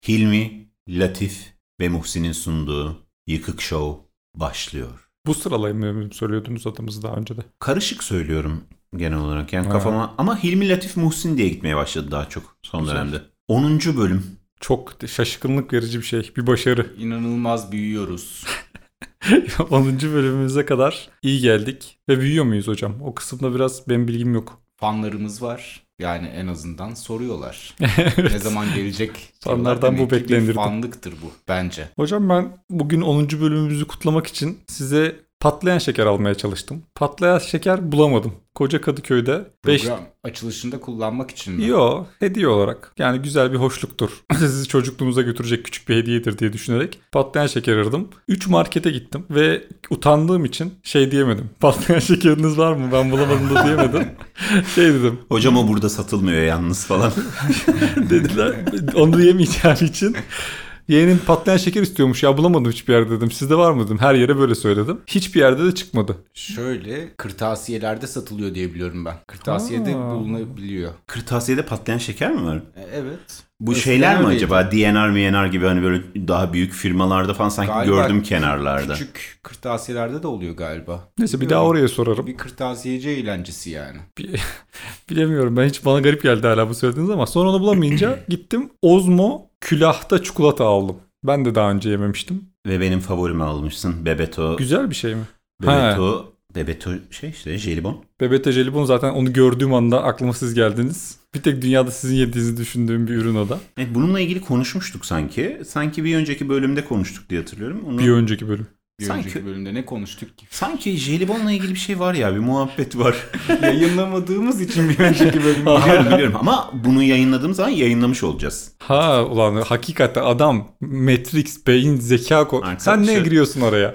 Hilmi, Latif ve Muhsin'in sunduğu Yıkık Show başlıyor. Bu sıralayı mı söylüyordunuz adımızı daha önce de? Karışık söylüyorum genel olarak yani kafama ama Hilmi, Latif, Muhsin diye gitmeye başladı daha çok son dönemde. 10. bölüm. Çok şaşkınlık verici bir şey, bir başarı. İnanılmaz büyüyoruz. 10. bölümümüze kadar iyi geldik ve büyüyor muyuz hocam? O kısımda biraz benim bilgim yok. Fanlarımız var. Yani en azından soruyorlar. Evet. Ne zaman gelecek? Fanlardan bu beklenirdi. Bir fanlıktır bu bence. Hocam ben bugün 10. bölümümüzü kutlamak için size patlayan şeker almaya çalıştım. Patlayan şeker bulamadım. Koca Kadıköy'de. Program açılışında kullanmak için mi? Yo, hediye olarak. Yani güzel bir hoşluktur. Sizi çocukluğunuza götürecek küçük bir hediyedir diye düşünerek patlayan şeker aradım. 3 markete gittim ve utandığım için şey diyemedim. Patlayan şekeriniz var mı? Ben bulamadım da diyemedim. Şey dedim. Hocam o burada satılmıyor yalnız falan. Dediler. Onu diyemeyeceğim için. Yeğenin patlayan şeker istiyormuş ya, bulamadım hiçbir yerde dedim. Sizde var mı dedim. Her yere böyle söyledim. Hiçbir yerde de çıkmadı. Şöyle kırtasiyelerde satılıyor diye biliyorum ben. Kırtasiyede bulunabiliyor. Kırtasiyede patlayan şeker mi var? Evet. Bu Eskiden şeyler mi öyleydi. acaba? DNR gibi hani böyle daha büyük firmalarda falan sanki Galiba gördüm kenarlarda. Küçük kırtasiyelerde de oluyor galiba. Neyse bir daha oraya sorarım. Bir kırtasiyeci eğlencesi yani. Bilemiyorum, ben hiç bana garip geldi hala bu söylediğiniz ama sonra onu bulamayınca gittim Ozmo külahta çikolata aldım. Ben de daha önce yememiştim. Ve benim favorimi almışsın. Bebeto. Güzel bir şey mi? Bebeto şey işte jelibon. Bebeto jelibon, zaten onu gördüğüm anda aklıma siz geldiniz. Bir tek dünyada sizin yediğinizi düşündüğüm bir ürün o da. Evet, bununla ilgili konuşmuştuk sanki. Sanki bir önceki bölümde konuştuk diye hatırlıyorum. Bir önceki bölüm. Bir önceki bölümde ne konuştuk ki? Sanki jelibonla ilgili bir şey var ya, bir muhabbet var. Yayınlamadığımız için bir önceki bölüm. Biliyorum ama bunu yayınladığımız zaman yayınlamış olacağız. Ha ulan, hakikaten adam Matrix, beyin, zeka Sen neye giriyorsun oraya?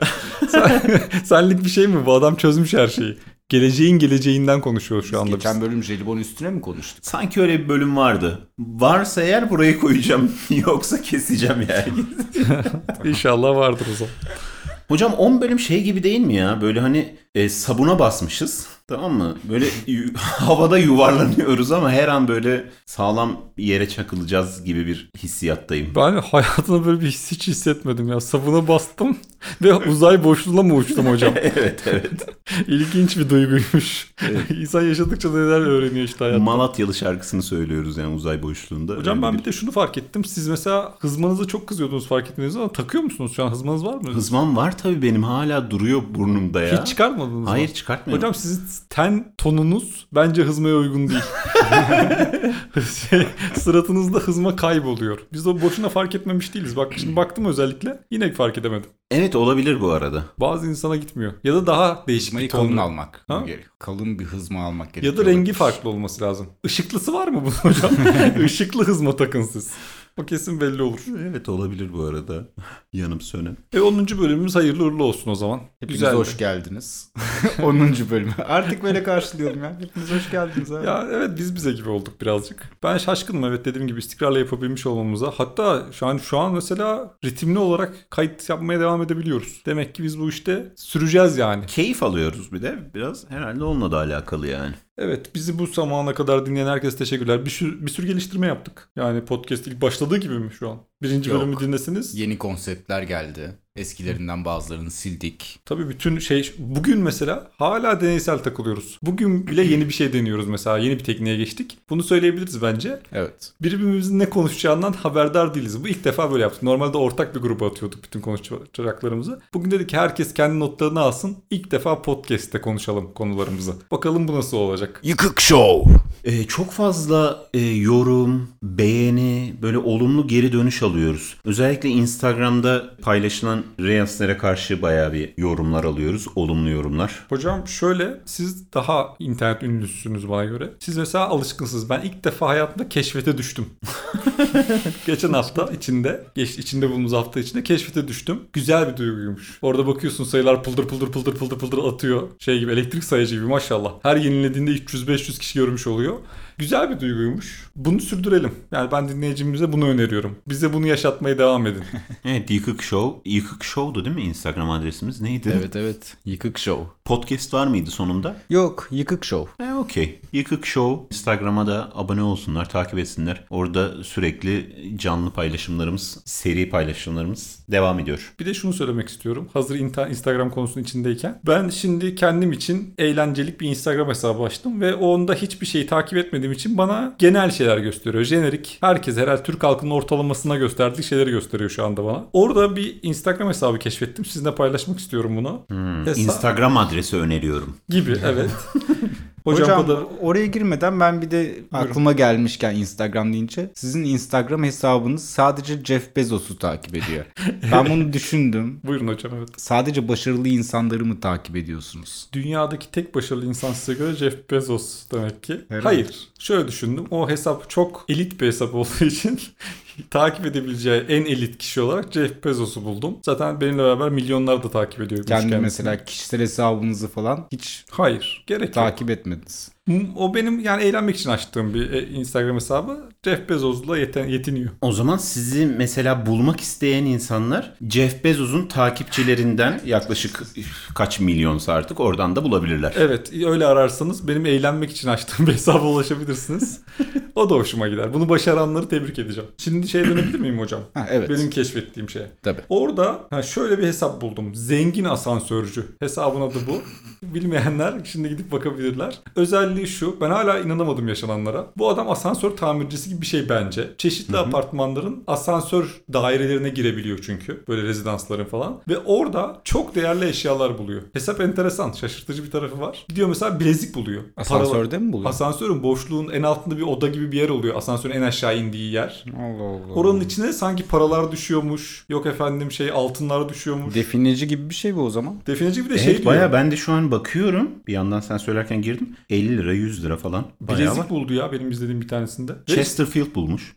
Senlik bir şey mi bu? Adam çözmüş her şeyi. Geleceğinden konuşuyor şu anda. Geçen bölüm jelibon üstüne mi konuştuk? Sanki öyle bir bölüm vardı. Varsa eğer burayı koyacağım. Yoksa keseceğim yani. İnşallah vardır o zaman. Hocam 10 bölüm şey gibi değil mi ya? Böyle hani sabuna basmışız. Tamam mı? Böyle havada yuvarlanıyoruz ama her an böyle sağlam bir yere çakılacağız gibi bir hissiyattayım. Ben hayatımda böyle bir his hiç hissetmedim ya. Sabuna bastım ve uzay boşluğuna mı uçtum hocam? Evet. İlginç bir duyguymuş. Evet. İnsan yaşadıkça neler öğreniyor işte hayatta. Malatyalı şarkısını söylüyoruz yani uzay boşluğunda. Hocam ben bir de şunu fark ettim. Siz mesela hızmanıza çok kızıyordunuz, fark etmediniz ama takıyor musunuz şu an? Hızmanız var mı? Hızmam var tabii, benim hala duruyor burnumda ya. Hiç çıkarmadınız Hayır, mı? çıkartmıyorum. Hocam sizin ten tonunuz bence hızmaya uygun değil. Sıratınızda hızma kayboluyor. Biz o boşuna fark etmemiş değiliz. Bak şimdi baktım özellikle, yine fark edemedim. Evet, olabilir bu arada. Bazı insana gitmiyor. Ya da daha değişik Hızmayı bir tonlu. kalın almak gerekiyor. Kalın bir hızma almak gerekiyor. Ya da rengi farklı olması lazım. Işıklısı var mı bunun hocam? Işıklı hızma takın siz. O kesin belli olur. Evet, olabilir bu arada. Yanım sönen. 10. bölümümüz hayırlı uğurlu olsun o zaman. Hepiniz Güzeldi. hoş geldiniz. 10. bölümü. Artık böyle karşılıyorum ya. Hepiniz hoş geldiniz abi. Ya evet, biz bize gibi olduk birazcık. Ben şaşkınım, evet, dediğim gibi istikrarla yapabilmiş olmamıza. Hatta şu an mesela ritimli olarak kayıt yapmaya devam edebiliyoruz. Demek ki biz bu işte süreceğiz yani. Keyif alıyoruz bir de. Biraz herhalde onunla da alakalı yani. Evet, bizi bu zamana kadar dinleyen herkese teşekkürler. Bir sürü geliştirme yaptık. Yani podcast ilk başladığı gibi mi şu an? Birinci bölümü dinlesiniz. Yeni konseptler geldi. Eskilerinden bazılarını sildik. Tabii bütün bugün mesela hala deneysel takılıyoruz. Bugün bile yeni bir şey deniyoruz mesela. Yeni bir tekniğe geçtik. Bunu söyleyebiliriz bence. Evet. Birbirimizin ne konuşacağından haberdar değiliz. Bu ilk defa böyle yaptık. Normalde ortak bir gruba atıyorduk bütün konuşacaklarımızı. Bugün dedik ki herkes kendi notlarını alsın. İlk defa podcast'te konuşalım konularımızı. Bakalım bu nasıl olacak. Yıkık Show. Çok fazla yorum, beğeni, böyle olumlu geri dönüş alıyoruz. Özellikle Instagram'da paylaşılan Reels'lere karşı bayağı bir yorumlar alıyoruz. Olumlu yorumlar. Hocam şöyle, siz daha internet ünlüsünüz bana göre. Siz mesela alışkınsınız. Ben ilk defa hayatımda keşfete düştüm. Geçen hafta içinde bulunduğumuz hafta içinde keşfete düştüm. Güzel bir duyguymuş. Orada bakıyorsun sayılar pıldır atıyor. Şey gibi, elektrik sayacı gibi maşallah. Her yenilediğinde 300-500 kişi görmüş oluyor. Güzel bir duyguymuş. Bunu sürdürelim. Yani ben dinleyicimize bunu öneriyorum. Bize bunu yaşatmaya devam edin. Evet, Yıkık Show. Yıkık Show'du değil mi Instagram adresimiz? Neydi? Evet. Yıkık Show. Podcast var mıydı sonunda? Yok, Yıkık Show. Okey. Yıkık Show. Instagram'a da abone olsunlar, takip etsinler. Orada sürekli canlı paylaşımlarımız, seri paylaşımlarımız devam ediyor. Bir de şunu söylemek istiyorum. Hazır Instagram konusunun içindeyken. Ben şimdi kendim için eğlencelik bir Instagram hesabı açtım ve onda hiçbir şeyi takip etmediğim için bana genel şeyler gösteriyor. Jenerik. Herkes herhalde Türk halkının ortalamasına gösterdiği şeyleri gösteriyor şu anda bana. Orada bir Instagram hesabı keşfettim. Sizinle paylaşmak istiyorum bunu. Instagram adresi öneriyorum. Gibi, evet. Hocam kadar... oraya girmeden ben bir de aklıma gelmişken Instagram deyince sizin Instagram hesabınız sadece Jeff Bezos'u takip ediyor. Ben bunu düşündüm. Buyurun hocam, evet. Sadece başarılı insanları mı takip ediyorsunuz? Dünyadaki tek başarılı insan size göre Jeff Bezos demek ki. Herhalde. Hayır. Şöyle düşündüm. O hesap çok elit bir hesap olduğu için takip edebileceği en elit kişi olarak Jeff Bezos'u buldum. Zaten benimle beraber milyonlar da takip ediyor. Kendi mesela kişisel hesabınızı falan hiç hayır, gerek yok. takip etmediniz. O benim yani eğlenmek için açtığım bir Instagram hesabı. Jeff Bezos'la yetiniyor. O zaman sizi mesela bulmak isteyen insanlar Jeff Bezos'un takipçilerinden yaklaşık kaç milyonsa artık oradan da bulabilirler. Evet, öyle ararsanız benim eğlenmek için açtığım bir hesaba ulaşabilirsiniz. O da hoşuma gider. Bunu başaranları tebrik edeceğim. Şimdi dönebilir miyim hocam? Evet. Benim keşfettiğim şey. Tabii. Orada şöyle bir hesap buldum. Zengin asansörcü. Hesabın adı bu. Bilmeyenler şimdi gidip bakabilirler. Özelliği şu. Ben hala inanamadım yaşananlara. Bu adam asansör tamircisi gibi bir şey bence. Çeşitli apartmanların asansör dairelerine girebiliyor çünkü. Böyle rezidansların falan. Ve orada çok değerli eşyalar buluyor. Hesap enteresan. Şaşırtıcı bir tarafı var. Gidiyor mesela bilezik buluyor. Asansörde mi buluyor? Asansörün boşluğun en altında bir oda gibi bir yer oluyor. Asansörün en aşağı indiği yer. Allah Allah. Oranın içine sanki paralar düşüyormuş. Yok efendim altınlar düşüyormuş. Defineci gibi bir şey bu o zaman. Defineci bir de Evet, şey diyor. bayağı ben de şu an bakıyorum. Bir yandan sen söylerken girdim. 50 lira 100 lira falan. Bayağı Bilezik var. buldu ya benim izlediğim bir tanesinde. Chesterfield bulmuş.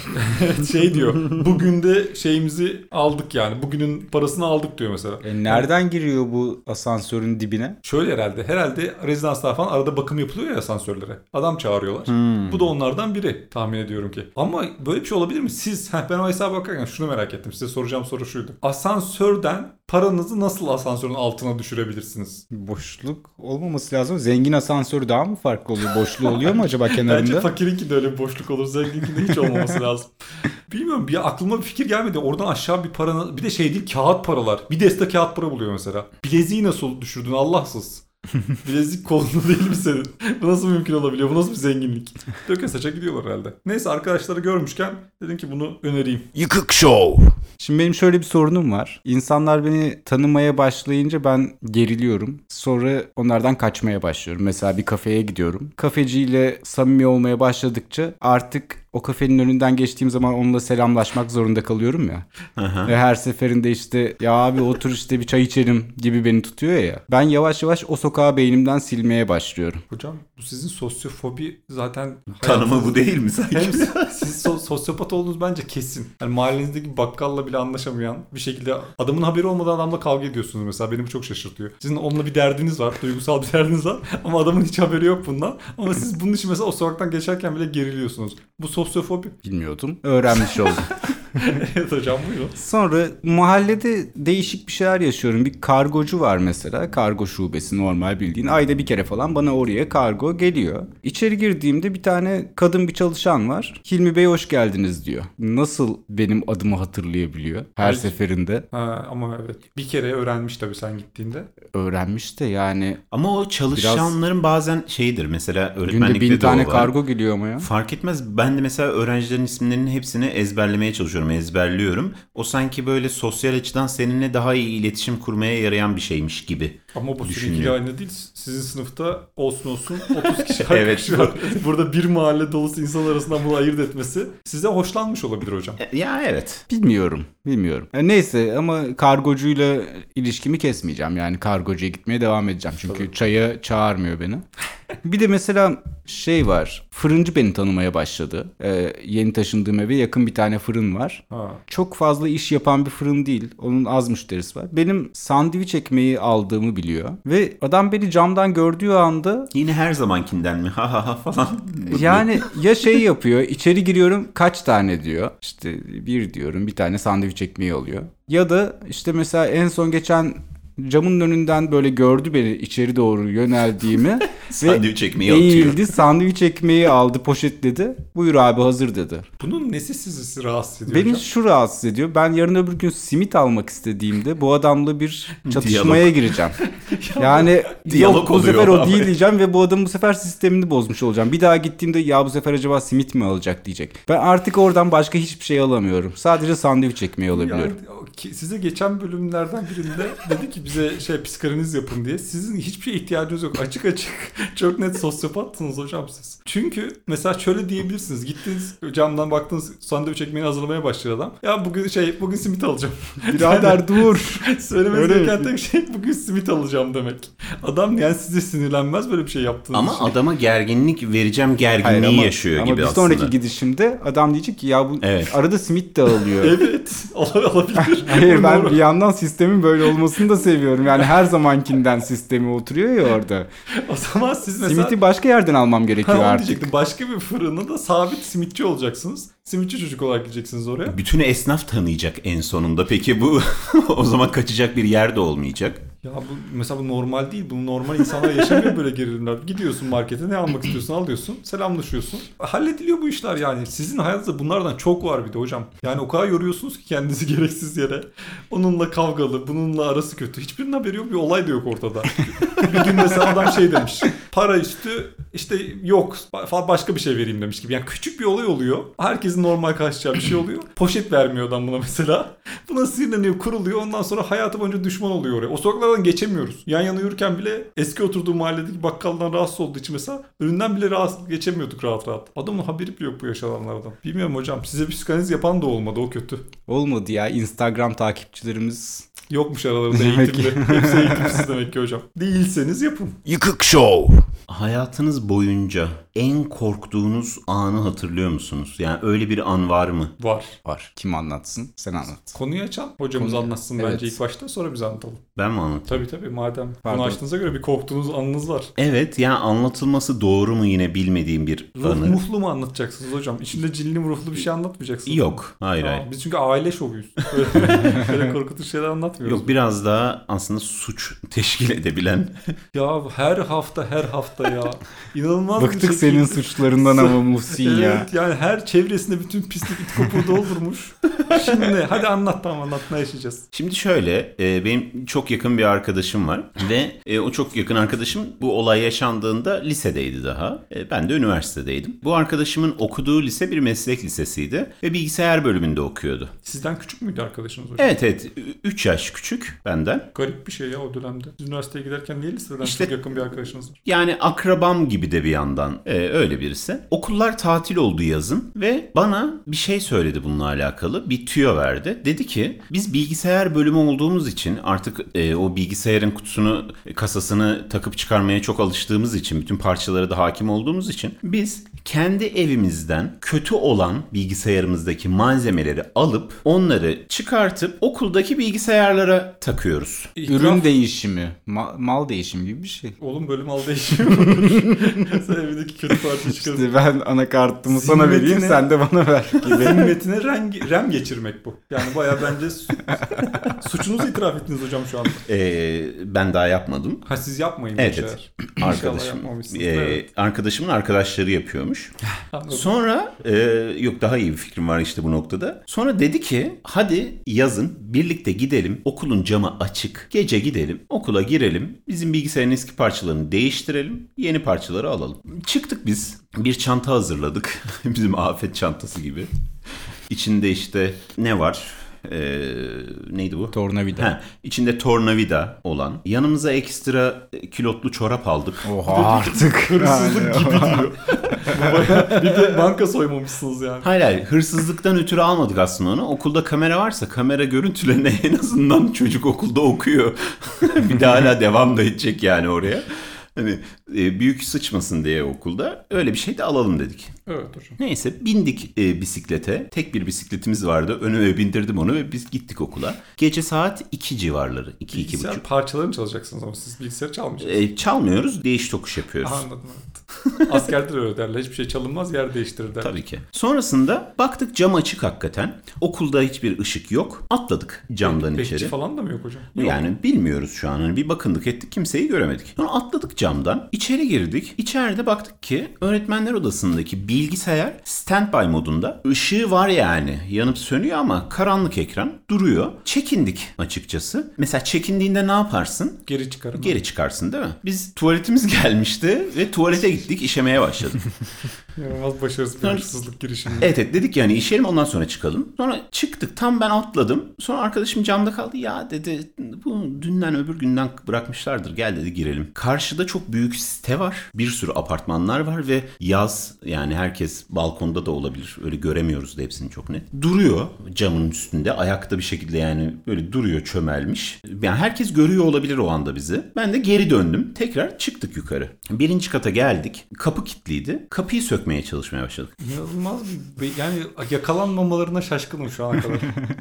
Diyor. Bugün de şeyimizi aldık yani. Bugünün parasını aldık diyor mesela. Nereden giriyor bu asansörün dibine? Şöyle herhalde rezidanslar falan arada bakım yapılıyor ya asansörlere. Adam çağırıyorlar. Bu da onlardan biri tahmin ediyorum ki. Ama böyle bir şey olabilir mi? Siz ben o hesaba bakarken şunu merak ettim. Size soracağım soru şuydu. Asansörden paranızı nasıl asansörün altına düşürebilirsiniz? Boşluk olmaması lazım. Zengin asansör daha mı farklı oluyor? Boşluğu oluyor mu acaba kenarında? Bence fakirinki de öyle bir boşluk olur. Zengininki de hiç olmaması lazım. Bilmiyorum, aklıma bir fikir gelmedi. Oradan aşağı bir para, bir de değil, kağıt paralar. Bir deste kağıt para buluyor mesela. Bileziği nasıl düşürdün Allahsız? Bilezik kolunda değil mi senin? Bu nasıl mümkün olabiliyor? Bu nasıl bir zenginlik? Döke saça gidiyorlar herhalde. Neyse, arkadaşları görmüşken dedim ki bunu önereyim. Yıkık Show. Şimdi benim şöyle bir sorunum var. İnsanlar beni tanımaya başlayınca ben geriliyorum. Sonra onlardan kaçmaya başlıyorum. Mesela bir kafeye gidiyorum. Kafeciyle samimi olmaya başladıkça artık o kafenin önünden geçtiğim zaman onunla selamlaşmak zorunda kalıyorum ya. Ve her seferinde ya abi otur bir çay içelim gibi beni tutuyor ya. Ben yavaş yavaş o sokağı beynimden silmeye başlıyorum. Hocam bu sizin sosyofobi zaten... Tanımı bu değil mi sanki? Hem siz sosyopat olduğunuz bence kesin. Yani mahallenizdeki bakkalla bile anlaşamayan bir şekilde adamın haberi olmadan adamla kavga ediyorsunuz mesela. Beni bu çok şaşırtıyor. Sizin onunla bir derdiniz var. Duygusal bir derdiniz var. Ama adamın hiç haberi yok bundan. Ama siz bunun için mesela o sokaktan geçerken bile geriliyorsunuz. Bu sosyofobi. Bilmiyordum. Öğrenmiş oldum. Evet hocam, buyurun. Sonra mahallede değişik bir şeyler yaşıyorum. Bir kargocu var mesela. Kargo şubesi, normal bildiğin. Ayda bir kere falan bana oraya kargo geliyor. İçeri girdiğimde bir tane kadın bir çalışan var. Hilmi Bey hoş geldiniz diyor. Nasıl benim adımı hatırlayabiliyor her seferinde? Ama evet. Bir kere öğrenmiş tabii sen gittiğinde. Öğrenmiş de yani. Ama o çalışanların bazen şeyidir. Mesela öğretmenlikte günde 1000 tane var. kargo geliyor ama ya. Fark etmez. Ben de mesela öğrencilerin isimlerinin hepsini ezberlemeye çalışıyorum. Ezberliyorum. O sanki böyle sosyal açıdan seninle daha iyi iletişim kurmaya yarayan bir şeymiş gibi. Ama bu düşünüyor. seninkiyle aynı değil. Sizin sınıfta olsun 30 kişi Evet. arkadaş var. Burada bir mahalle dolusu insan arasından bunu ayırt etmesi size hoşlanmış olabilir hocam. Ya evet. Bilmiyorum. Neyse ama kargocuyla ilişkimi kesmeyeceğim. Yani kargocuya gitmeye devam edeceğim. Çünkü çaya çağırmıyor beni. Bir de mesela şey var. Fırıncı beni tanımaya başladı. Yeni taşındığım eve yakın bir tane fırın var. Ha. Çok fazla iş yapan bir fırın değil. Onun az müşterisi var. Benim sandviç ekmeği aldığımı biliyor. Ve adam beni camdan gördüğü anda Yine her zamankinden mi? Ha ha ha falan. yani ya şey yapıyor. İçeri giriyorum kaç tane diyor. İşte bir diyorum, bir tane sandviç ekmeği oluyor. Ya da işte mesela en son geçen camın önünden böyle gördü beni içeri doğru yöneldiğimi Sandviç ve ekmeği atıyor. eğildi, sandviç ekmeği aldı, poşetledi. Buyur abi hazır dedi. Bunun nesi sizi rahatsız ediyor Beni hocam? şu rahatsız ediyor. Ben yarın öbür gün simit almak istediğimde bu adamla bir çatışmaya gireceğim. Yani Diyalog yok bu sefer oluyor o abi. değil diyeceğim ve bu adamın bu sefer sistemini bozmuş olacağım. Bir daha gittiğimde ya bu sefer acaba simit mi alacak diyecek. Ben artık oradan başka hiçbir şey alamıyorum. Sadece sandviç ekmeği alabiliyorum. Yani size geçen bölümlerden birinde dedi ki bize psikanaliz yapın diye. Sizin hiçbir şeye ihtiyacınız yok. Açık açık çok net sosyopatsınız hocam siz. Çünkü mesela şöyle diyebilirsiniz. Gittiniz camdan baktınız sandviç ekmeğini hazırlamaya başlıyor adam. Ya bugün simit alacağım. Birader dur. Söylemeniz Öyle gereken mi? tek şey bugün simit alacağım demek. Adam yani size sinirlenmez böyle bir şey yaptığınız Ama için. adama gerginlik vereceğim gerginliği yaşıyor ama gibi bir aslında. sonraki gidişimde adam diyecek ki ya bu Evet. arada simit de alıyor. Evet. Olabilir. Hayır ben Doğru. bir yandan sistemin böyle olmasını da seviyorum. Yani her zamankinden sistemi oturuyor ya orada. O zaman siz mesela... Simiti başka yerden almam gerekiyor Ha, onu artık. diyecektim. Başka bir fırında da sabit simitçi olacaksınız. Simitçi çocuk olarak gideceksiniz oraya. Bütün esnaf tanıyacak en sonunda. Peki bu o zaman kaçacak bir yer de olmayacak. Ya bu mesela bu normal değil. Bu normal insanlar yaşamıyor böyle gerilimler. Gidiyorsun markete ne almak istiyorsun alıyorsun. Selamlaşıyorsun. Hallediliyor bu işler yani. Sizin hayatınızda bunlardan çok var bir de hocam. Yani o kadar yoruyorsunuz ki kendinizi gereksiz yere. Onunla kavgalı, bununla arası kötü. Hiçbirinin haberi yok. Bir olay da yok ortada. Bir gün mesela adam şey demiş. Para üstü işte yok başka bir şey vereyim demiş gibi. Yani küçük bir olay oluyor. Herkesin normal karşılayacağı bir şey oluyor. Poşet vermiyor adam buna mesela. Buna sinirleniyor, kuruluyor. Ondan sonra hayatı boyunca düşman oluyor oraya. O sokaklardan geçemiyoruz. Yan yana yürürken bile eski oturduğum mahalledeki bakkaldan rahatsız olduğu için mesela önünden bile geçemiyorduk rahat rahat. Adamın haberi bile yok bu yaşananlardan. Bilmiyorum hocam. Size bir psikanaliz yapan da olmadı. O kötü. Olmadı ya. Instagram takipçilerimiz Yokmuş aralarında Demek ki. eğitimli. Hepsi eğitimsiz demek ki hocam. Değilseniz yapın. Yıkık Show. Hayatınız boyunca en korktuğunuz anı hatırlıyor musunuz? Yani öyle bir an var mı? Var. var. Kim anlatsın? Sen anlat. Konuyu açan hocamız Konuyu- anlatsın Evet. bence ilk başta sonra biz anlatalım. Ben mi anlatayım? Tabii madem Pardon. bunu açtığınıza göre bir korktuğunuz anınız var. Evet, yani anlatılması doğru mu yine bilmediğim bir anı. Muhlu mu anlatacaksınız hocam? İçinde cinli ruhlu bir şey anlatmayacaksınız. Yok, hayır Tamam, hayır. biz çünkü aile şovuyuz. Böyle korkutucu şeyler anlatmıyoruz. Yok, biraz daha aslında suç teşkil edebilen. Ya her hafta ya. İnanılmaz bir Bıktık şekilde. senin suçlarından ama Muhsin ya. Evet yani her çevresinde bütün pislik it kopuğu doldurmuş. Şimdi hadi anlat ne yaşayacağız? Şimdi şöyle, benim çok yakın bir arkadaşım var ve o çok yakın arkadaşım bu olay yaşandığında lisedeydi daha. Ben de üniversitedeydim. Bu arkadaşımın okuduğu lise bir meslek lisesiydi ve bilgisayar bölümünde okuyordu. Sizden küçük müydü arkadaşınız hocam? Evet, 3 yaş küçük benden. Garip bir şey ya o dönemde. Siz üniversiteye giderken niye liseden İşte- çok yakın bir arkadaşınız var? Yani akrabam gibi de bir yandan öyle birisi. Okullar tatil oldu yazın ve bana bir şey söyledi bununla alakalı. Bir tüyo verdi. Dedi ki biz bilgisayar bölümü olduğumuz için artık o bilgisayarın kutusunu, kasasını takıp çıkarmaya çok alıştığımız için, bütün parçalara da hakim olduğumuz için biz kendi evimizden kötü olan bilgisayarımızdaki malzemeleri alıp onları çıkartıp okuldaki bilgisayarlara takıyoruz. Ürün değişimi, mal değişimi gibi bir şey. Oğlum bölüm al değişiyor. Sen evindeki kötü parça çıkarıp İşte ben anakartımı sana vereyim, Zimmetine- sen de bana ver gibi. zimmetine RAM geçirmek bu. Yani bayağı bence suçunuzu itiraf ettiniz hocam şu anda. Ben daha yapmadım. Ha siz yapmayın Evet, bu evet. şeyler. İnşallah Arkadaşım, yapmamışsınız. Evet. arkadaşımın arkadaşları yapıyormuş. Anladım. Sonra yok daha iyi bir fikrim var işte bu noktada. Sonra dedi ki hadi yazın birlikte gidelim. Okulun camı açık. Gece gidelim. Okula girelim. Bizim bilgisayarın eski parçalarını değiştirelim. Yeni parçaları alalım. Çıktık biz. Bir çanta hazırladık. Bizim afet çantası gibi. İçinde işte ne var? Neydi bu? Tornavida. İçinde tornavida olan. Yanımıza ekstra kilotlu çorap aldık. Oha artık. Hırsızlık gibi diyor. Bir de banka soymamışsınız yani. Hayır, hırsızlıktan ötürü almadık aslında onu. Okulda kamera varsa kamera görüntülerine en azından çocuk okulda okuyor. Bir de hala devam da edecek yani oraya. Hani büyük sıçmasın diye okulda öyle bir şey de alalım dedik. Evet hocam. Neyse bindik bisiklete. Tek bir bisikletimiz vardı. Önüme bindirdim onu ve biz gittik okula. Gece saat 2 civarları. 2-2.30. Bilgisayar parçalarını çalacaksınız ama siz bilgisayarı çalmayacaksınız. Çalmıyoruz. Değiş tokuş yapıyoruz. Anladım. Evet. Askerde de öyle derler. Hiçbir şey çalınmaz, yer değiştirir derler. Tabii ki. Sonrasında baktık cam açık hakikaten. Okulda hiçbir ışık yok. Atladık camdan Bekçi içeri. falan da mı yok hocam? Yok. Yani bilmiyoruz şu an. Hani bir bakındık ettik kimseyi göremedik. Sonra atladık camdan. İçeri girdik. İçeride baktık ki öğretmenler odasındaki bilgisayar standby modunda. Işığı var yani. Yanıp sönüyor ama karanlık ekran duruyor. Çekindik açıkçası. Mesela çekindiğinde ne yaparsın? Geri çıkarım. Geri çıkarsın değil mi? Biz tuvaletimiz gelmişti ve tuvalete gittik. İşemeye başladık. İnanılmaz başarısız bir hırsızlık girişimi. Evet dedik yani işeyelim ondan sonra çıkalım. Sonra çıktık tam ben atladım. Sonra arkadaşım camda kaldı. Ya dedi bu dünden öbür günden bırakmışlardır. Gel dedi girelim. Karşıda çok büyük site var. Bir sürü apartmanlar var ve yaz yani herkes balkonda da olabilir. Öyle göremiyoruz da hepsini çok net. Duruyor camın üstünde ayakta bir şekilde yani böyle duruyor çömelmiş. Yani herkes görüyor olabilir o anda bizi. Ben de geri döndüm. Tekrar çıktık yukarı. Birinci kata geldik. Kapı kilitliydi. Kapıyı sökmeye çalışmaya başladık. İnanılmaz bir yani yakalanmamalarına şaşkınım şu ana kadar.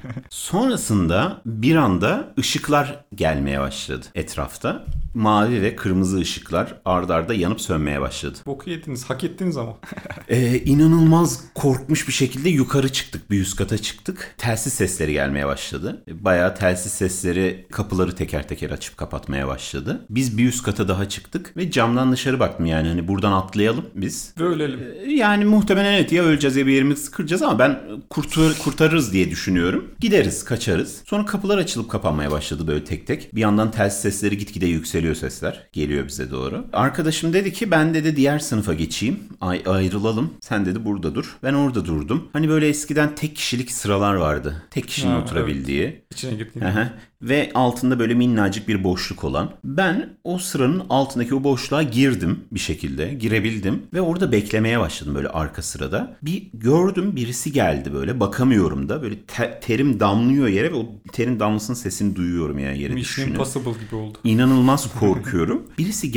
Sonrasında bir anda ışıklar gelmeye başladı etrafta. Mavi ve kırmızı ışıklar ard arda yanıp sönmeye başladı. Boku yediniz, hak ettiniz ama. İnanılmaz korkmuş bir şekilde yukarı çıktık. Bir üst kata çıktık. Telsiz sesleri gelmeye başladı. Bayağı telsiz sesleri kapıları teker teker açıp kapatmaya başladı. Biz bir üst kata daha çıktık ve camdan dışarı baktım yani hani buradan atlayalım biz. Ve ölelim. Yani muhtemelen evet ya öleceğiz ya bir yerimizi kıracağız ama ben kurtarırız diye düşünüyorum. Gideriz, kaçarız. Sonra kapılar açılıp kapanmaya başladı böyle tek tek. Bir yandan telsiz sesleri gitgide yükseliyor sesler. Geliyor bize doğru. Arkadaşım dedi ki ben dedi diğer sınıfa geçeyim. Ayrılalım. Sen dedi burada dur. Ben orada durdum. Hani böyle eskiden tek kişilik sıralar vardı. Tek kişinin oturabildiği. Evet. İçine girdiğim. Ve altında böyle minnacık bir boşluk olan. Ben o sıranın altındaki o boşluğa girdim bir şekilde. Girebildim ve orada beklemeye başladım böyle arka sırada. Bir gördüm birisi geldi böyle. Bakamıyorum da böyle terim damlıyor yere ve o terin damlasının sesini duyuyorum yani yere Mission düşünün. Impossible gibi oldu. İnanılmaz korkuyorum. Birisi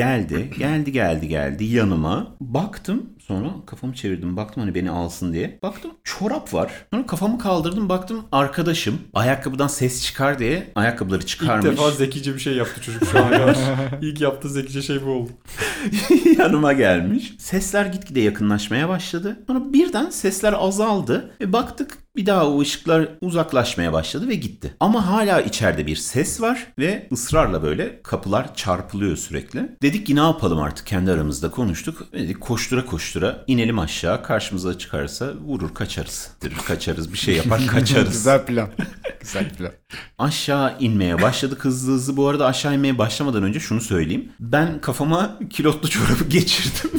geldi yanıma. Baktım sonra kafamı çevirdim. Baktım hani beni alsın diye. Baktım çorap var. Sonra kafamı kaldırdım. Baktım arkadaşım ayakkabıdan ses çıkar diye ayakkabıları çıkarmış. İlk defa zekice bir şey yaptı çocuk şu ana kadar. İlk yaptığı zekice şey bu oldu. Yanıma gelmiş. Sesler gitgide yakınlaşmaya başladı. Sonra birden sesler azaldı. Ve baktık bir daha o ışıklar uzaklaşmaya başladı ve gitti. Ama hala içeride bir ses var ve ısrarla böyle kapılar çarpılıyor sürekli. Dedik ki ne yapalım artık kendi aramızda konuştuk. Dedik koştura koştura inelim aşağı. Karşımıza çıkarsa vurur kaçarız. Kaçarız bir şey yapar kaçarız. Güzel plan. Güzel plan. Aşağı inmeye başladık hızlı hızlı. Bu arada aşağı inmeye başlamadan önce şunu söyleyeyim. Ben kafama kilotlu çorabı geçirdim.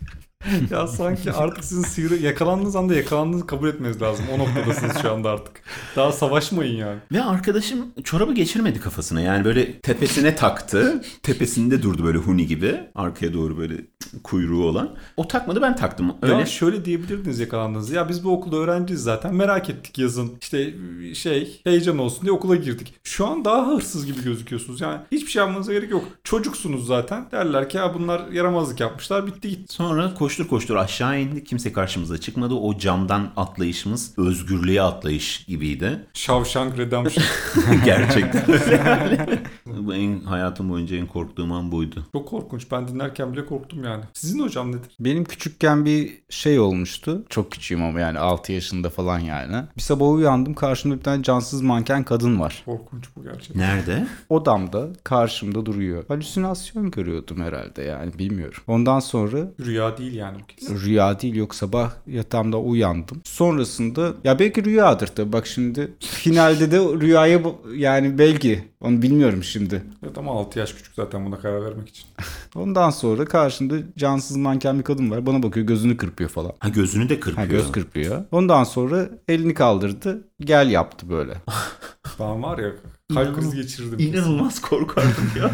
Ya sanki artık sizin yakalandığınız anda yakalandığınızı kabul etmeniz lazım. O noktadasınız şu anda artık. Daha savaşmayın yani. Ve arkadaşım çorabı geçirmedi kafasına. Yani böyle tepesine taktı. Tepesinde durdu böyle huni gibi. Arkaya doğru böyle kuyruğu olan. O takmadı ben taktım. Öyle. Ya şöyle diyebilirdiniz yakalandığınızı. Ya biz bu okulda öğrenciyiz zaten. Merak ettik yazın. İşte heyecan olsun diye okula girdik. Şu an daha hırsız gibi gözüküyorsunuz. Yani hiçbir şey yapmanıza gerek yok. Çocuksunuz zaten. Derler ki ya bunlar yaramazlık yapmışlar. Bitti gitti. Sonra koştur aşağı indik. Kimse karşımıza çıkmadı. O camdan atlayışımız özgürlüğe atlayış gibiydi. Shawshank Redemption. Gerçekten öyle. Hayatım boyunca en korktuğum an buydu. Çok korkunç. Ben dinlerken bile korktum yani. Sizin hocam nedir? Benim küçükken bir şey olmuştu. Çok küçüğüm ama yani 6 yaşında falan yani. Bir sabah uyandım. Karşımda bir tane cansız manken kadın var. Korkunç bu gerçekten. Nerede? Odamda karşımda duruyor. Halüsinasyon görüyordum herhalde yani bilmiyorum. Ondan sonra Rüya değil yani bu kesin. rüya değil yok sabah yatağımda uyandım. Sonrasında ya belki rüyadır tabii bak şimdi finalde de rüyaya yani belki onu bilmiyorum şimdi. Evet ama 6 yaş küçük zaten buna karar vermek için. Ondan sonra karşımda cansız manken bir kadın var. Bana bakıyor gözünü kırpıyor falan. Ha gözünü de kırpıyor. Ha göz kırpıyor. Ondan sonra elini kaldırdı. Gel yaptı böyle. Ben var ya kalp krizi geçirdim. İnanılmaz korkardım ya.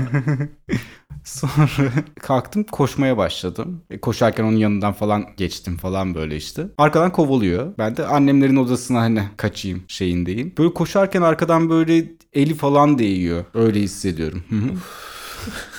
Sonra kalktım koşmaya başladım. Koşarken onun yanından falan geçtim falan böyle işte. Arkadan kovalıyor. Ben de annemlerin odasına hani kaçayım şeyindeyim. Böyle koşarken arkadan böyle eli falan değiyor. Öyle hissediyorum.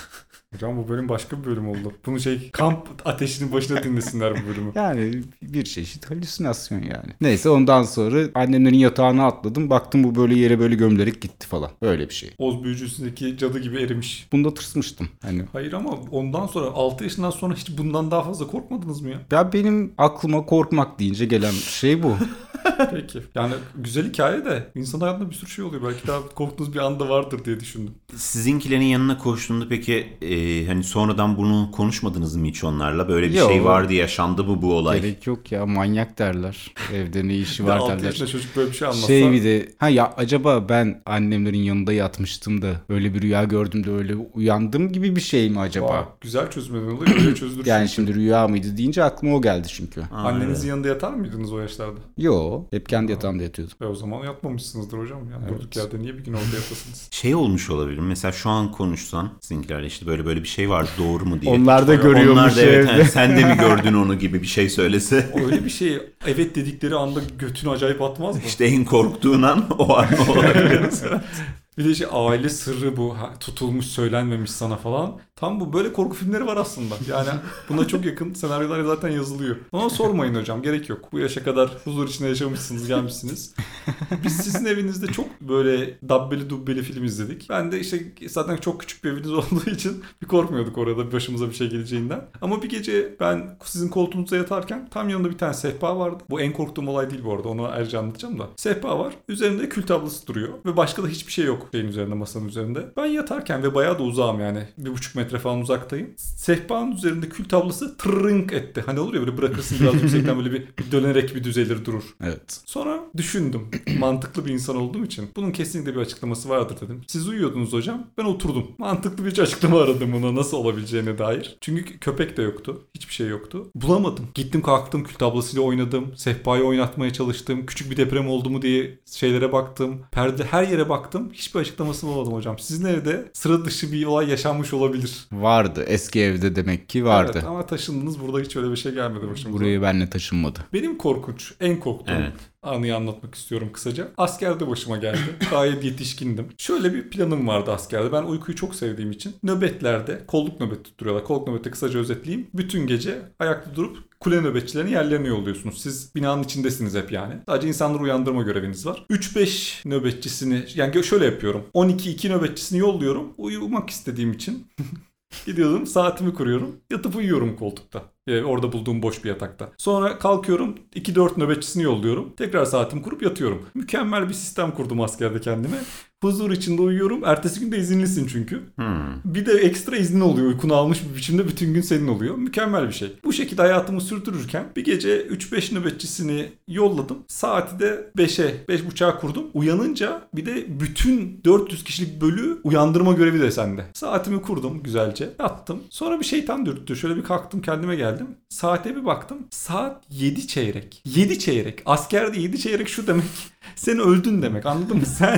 Hocam bu bölüm başka bir bölüm oldu. Bunu kamp ateşinin başına dinlesinler bu bölümü. Yani bir çeşit halüsinasyon yani. Neyse ondan sonra annemlerin yatağına atladım. Baktım bu böyle yere böyle gömülerek gitti falan. Öyle bir şey. Oz büyücüsündeki cadı gibi erimiş. Bunda tırsmıştım. Hani Hayır ama ondan sonra 6 yaşından sonra hiç bundan daha fazla korkmadınız mı ya? ya benim aklıma korkmak deyince gelen şey bu. Peki. Yani güzel hikaye de insan hayatında bir sürü şey oluyor. Belki daha korktuğunuz bir anda vardır diye düşündüm. Sizinkilerin yanına koştuğunda peki hani sonradan bunu konuşmadınız mı hiç onlarla? Böyle bir Yok. şey vardı, yaşandı mı bu olay? Gerek yok ya, manyak derler. Evde ne işi Bir de var 6 derler. yaşında çocuk böyle bir şey anlatsa. Bir de ya acaba ben annemlerin yanında yatmıştım da öyle bir rüya gördüm de öyle uyandım gibi bir şey mi acaba? Bak, güzel çözümler oluyor. Öyle çözülür. Yani şimdi rüya mıydı deyince aklıma o geldi çünkü. Annenizin yanında yatar mıydınız o yaşlarda? Yo, hep kendi yatağımda yatıyordum. O zaman yatmamışsınızdır hocam. Yani Evet. durduk yerde niye bir gün orada yatasınız? Şey olmuş olabilir. Mesela şu an konuşsan sizinkilerle işte böyle bir şey var, doğru mu diye. Onlar da görüyormuş Onlar da evet, evde. sen de mi gördün onu gibi bir şey söylese. Öyle bir şey evet dedikleri anda götünü acayip atmaz mı? İşte en korktuğun an o an olabilir. Bir de aile sırrı bu, tutulmuş söylenmemiş sana falan. Tam bu böyle korku filmleri var aslında. Yani buna çok yakın senaryolar zaten yazılıyor. Ama sormayın hocam, gerek yok. Bu yaşa kadar huzur içinde yaşamışsınız, gelmişsiniz. Biz sizin evinizde çok böyle dabbeli dubbeli film izledik. Ben de işte zaten çok küçük bir eviniz olduğu için bir korkmuyorduk orada başımıza bir şey geleceğinden. Ama bir gece ben sizin koltuğunuzda yatarken tam yanında bir tane sehpa vardı. Bu en korktuğum olay değil bu arada, onu ayrıca anlatacağım da. Sehpa var, üzerinde kül tablası duruyor ve başka da hiçbir şey yok şeyin üzerinde, masanın üzerinde. Ben yatarken ve bayağı da uzağım yani 1,5 metre falan uzaktayım. Sehpanın üzerinde kül tablası tırrınk etti. Hani olur ya böyle bırakırsın biraz yüksekten böyle bir dönerek bir düzelir durur. Evet. Sonra düşündüm. Mantıklı bir insan olduğum için bunun kesinlikle bir açıklaması vardır dedim. Siz uyuyordunuz hocam. Ben oturdum. Mantıklı bir açıklama aradım buna nasıl olabileceğine dair. Çünkü köpek de yoktu. Hiçbir şey yoktu. Bulamadım. Gittim kalktım kül tablasıyla oynadım. Sehpayı oynatmaya çalıştım. Küçük bir deprem oldu mu diye şeylere baktım. Perde her yere baktım. Hiçbir açıklamasını bulamadım hocam. Sizin evde sıra dışı bir olay yaşanmış olabilir. Vardı. Eski evde demek ki vardı. Evet, ama taşındınız, burada hiç öyle bir şey gelmedi başımıza. Buraya benle taşınmadı. Benim korkunç, en korktuğum anıyı anlatmak istiyorum kısaca. Askerde başıma geldi. Gayet yetişkindim. Şöyle bir planım vardı askerde. Ben uykuyu çok sevdiğim için nöbetlerde kolluk nöbeti tutturuyorlar. Kolluk nöbeti kısaca özetleyeyim. Bütün gece ayakta durup kule nöbetçilerini yerlerine yolluyorsunuz. Siz binanın içindesiniz hep yani. Sadece insanları uyandırma göreviniz var. 3-5 nöbetçisini, yani şöyle yapıyorum. 12-2 nöbetçisini yolluyorum. Uyumak istediğim için gidiyorum, saatimi kuruyorum. Yatıp uyuyorum koltukta. Orada bulduğum boş bir yatakta. Sonra kalkıyorum, 2-4 nöbetçisini yolluyorum. Tekrar saatimi kurup yatıyorum. Mükemmel bir sistem kurdum askerde kendime. Huzur içinde uyuyorum. Ertesi gün de izinlisin çünkü. Bir de ekstra iznin oluyor. Uykunu almış bir biçimde bütün gün senin oluyor. Mükemmel bir şey. Bu şekilde hayatımı sürdürürken bir gece 3-5 nöbetçisini yolladım. Saati de 5.30'a kurdum. Uyanınca bir de bütün 400 kişilik bölüğü uyandırma görevi de sende. Saatimi kurdum güzelce. Yattım. Sonra bir şeytan dürttü. Şöyle bir kalktım, kendime geldim. Saate bir baktım. Saat 7 çeyrek. 7 çeyrek. Askerde 7 çeyrek şu demek. Sen öldün demek, anladın mı? Sen